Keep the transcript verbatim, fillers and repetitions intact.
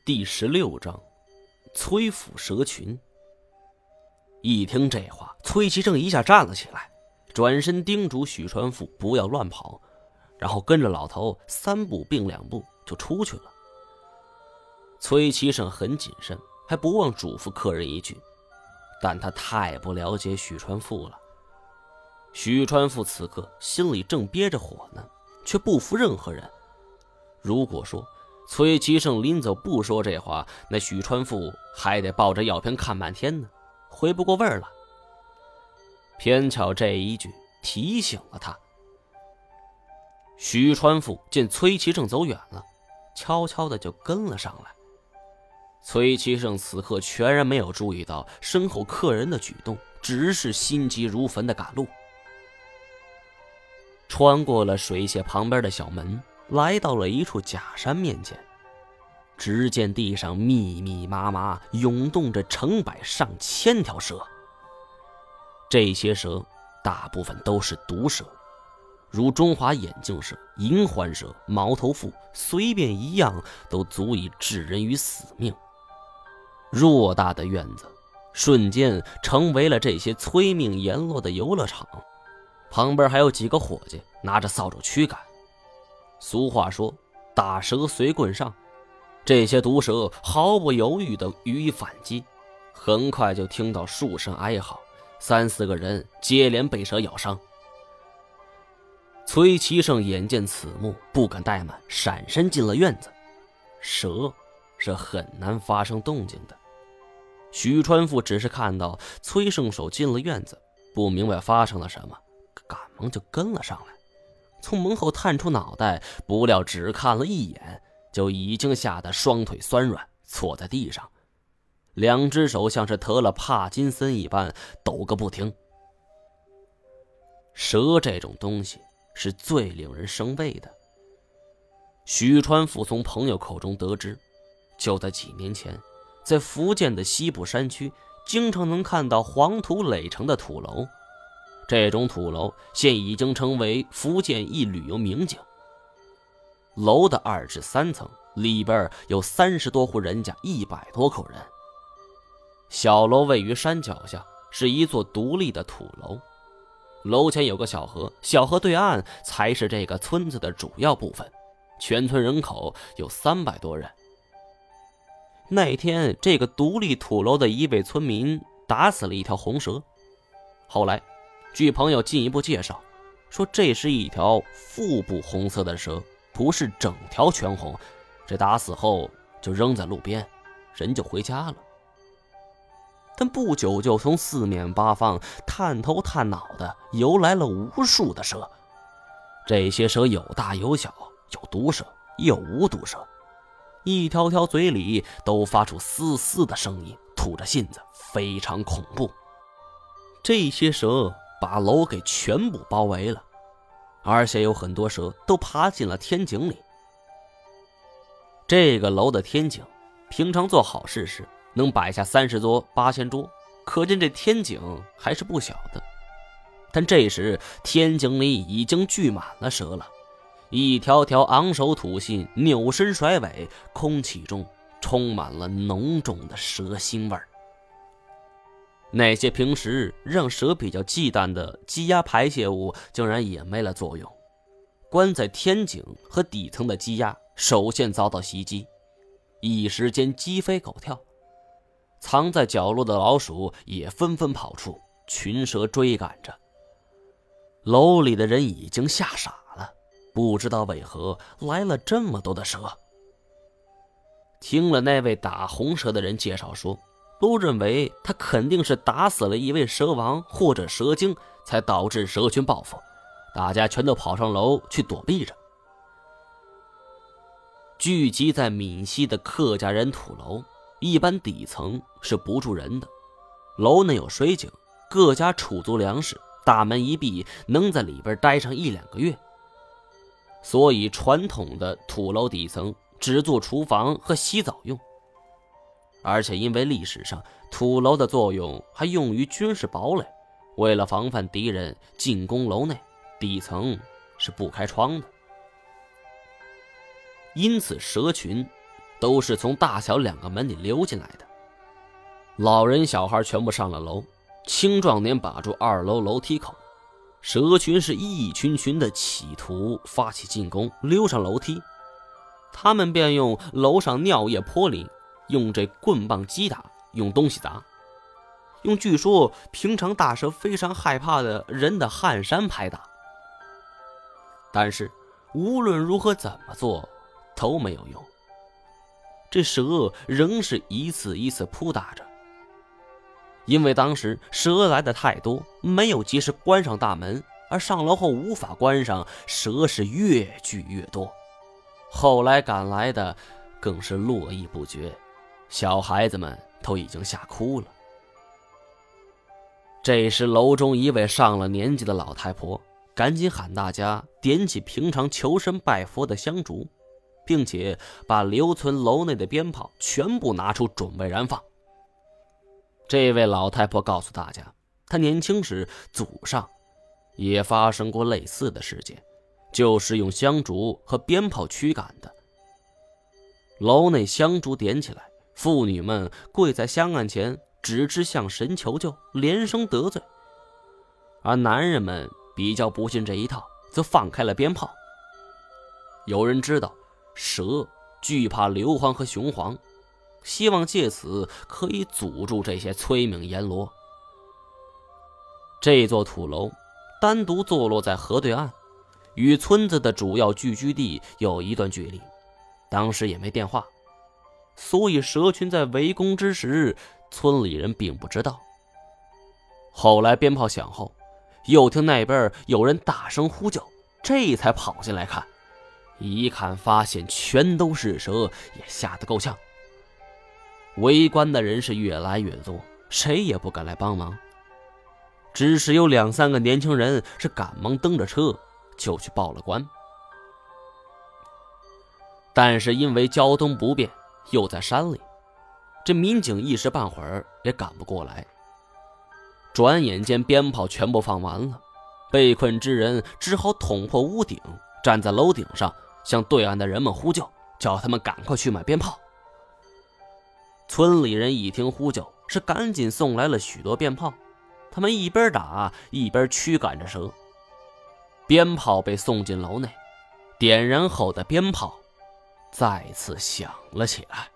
第十六章，崔府蛇群。一听这话，崔其正一下站了起来，转身叮嘱许传富不要乱跑，然后跟着老头三步并两步就出去了。崔其正很谨慎，还不忘嘱咐客人一句，但他太不了解许传富了。许传富此刻心里正憋着火呢，却不服任何人。如果说崔其胜临走不说这话，那许传富还得抱着药瓶看半天呢，回不过味儿了。偏巧这一句提醒了他。许传富见崔其胜走远了，悄悄的就跟了上来。崔其胜此刻全然没有注意到身后客人的举动，只是心急如焚的赶路。穿过了水榭旁边的小门，来到了一处假山面前，只见地上密密麻麻涌动着成百上千条蛇。这些蛇大部分都是毒蛇，如中华眼镜蛇、银环蛇、毛头蝮，随便一样都足以置人于死命。偌大的院子瞬间成为了这些催命阎罗的游乐场，旁边还有几个伙计拿着扫帚驱赶。俗话说打蛇随棍上，这些毒蛇毫不犹豫地予以反击，很快就听到数声哀嚎，三四个人接连被蛇咬伤。崔其胜眼见此幕，不敢怠慢，闪身进了院子。蛇是很难发生动静的。许传富只是看到崔胜手进了院子，不明白发生了什么，赶忙就跟了上来，从门后探出脑袋，不料只看了一眼，就已经吓得双腿酸软，坐在地上，两只手像是得了帕金森一般抖个不停。蛇这种东西是最令人生畏的。许传富从朋友口中得知，就在几年前，在福建的西部山区，经常能看到黄土垒成的土楼。这种土楼现已经成为福建一旅游名景。楼的二至三层，里边有三十多户人家，一百多口人。小楼位于山脚下，是一座独立的土楼。楼前有个小河，小河对岸才是这个村子的主要部分。全村人口有三百多人。那天，这个独立土楼的一位村民打死了一条红蛇。后来据朋友进一步介绍，说这是一条腹部红色的蛇，不是整条全红，这打死后就扔在路边，人就回家了。但不久就从四面八方探头探脑的游来了无数的蛇。这些蛇有大有小，有毒蛇也有无毒蛇，一条条嘴里都发出嘶嘶的声音，吐着信子，非常恐怖。这些蛇把楼给全部包围了，而且有很多蛇都爬进了天井里。这个楼的天井平常做好事时能摆下三十桌八仙桌，可见这天井还是不小的。但这时天井里已经聚满了蛇了，一条条昂首吐信，扭身甩尾，空气中充满了浓重的蛇腥味儿。那些平时让蛇比较忌惮的积压排泄物竟然也没了作用，关在天井和底层的积压首先遭到袭击，一时间鸡飞狗跳，藏在角落的老鼠也纷纷跑出，群蛇追赶着。楼里的人已经吓傻了，不知道为何来了这么多的蛇。听了那位打红蛇的人介绍说，都认为他肯定是打死了一位蛇王或者蛇精，才导致蛇群报复，大家全都跑上楼去躲避着。聚集在闽西的客家人土楼，一般底层是不住人的，楼内有水井，各家储足粮食，大门一闭，能在里边待上一两个月。所以传统的土楼底层只做厨房和洗澡用。而且因为历史上土楼的作用还用于军事堡垒，为了防范敌人进攻楼内，底层是不开窗的。因此蛇群都是从大小两个门里溜进来的。老人小孩全部上了楼，青壮年把住二楼楼梯口，蛇群是一群群的企图发起进攻，溜上楼梯。他们便用楼上尿液泼淋，用这棍棒击打，用东西砸，用据说平常大蛇非常害怕的人的汗衫拍打。但是无论如何怎么做都没有用，这蛇仍是一次一次扑打着。因为当时蛇来的太多，没有及时关上大门，而上楼后无法关上，蛇是越聚越多。后来赶来的更是络绎不绝，小孩子们都已经吓哭了。这时楼中一位上了年纪的老太婆赶紧喊大家点起平常求神拜佛的香烛，并且把留存楼内的鞭炮全部拿出准备燃放。这位老太婆告诉大家，她年轻时祖上也发生过类似的事件，就是用香烛和鞭炮驱赶的。楼内香烛点起来，妇女们跪在香案前，只知向神求救，连声得罪。而男人们比较不信这一套，则放开了鞭炮。有人知道蛇惧怕硫磺和雄黄，希望借此可以阻住这些催命阎罗。这座土楼单独坐落在河对岸，与村子的主要聚居地有一段距离，当时也没电话，所以蛇群在围攻之时，村里人并不知道。后来鞭炮响后，又听那边有人大声呼救，这才跑进来看，一看发现全都是蛇，也吓得够呛。围观的人是越来越多，谁也不敢来帮忙，只是有两三个年轻人是赶忙蹬着车就去报了官。但是因为交通不便，又在山里，这民警一时半会儿也赶不过来。转眼间鞭炮全部放完了，被困之人只好捅破屋顶，站在楼顶上向对岸的人们呼救，叫他们赶快去买鞭炮。村里人一听呼救，是赶紧送来了许多鞭炮，他们一边打一边驱赶着蛇。鞭炮被送进楼内，点燃后的鞭炮再次响了起来。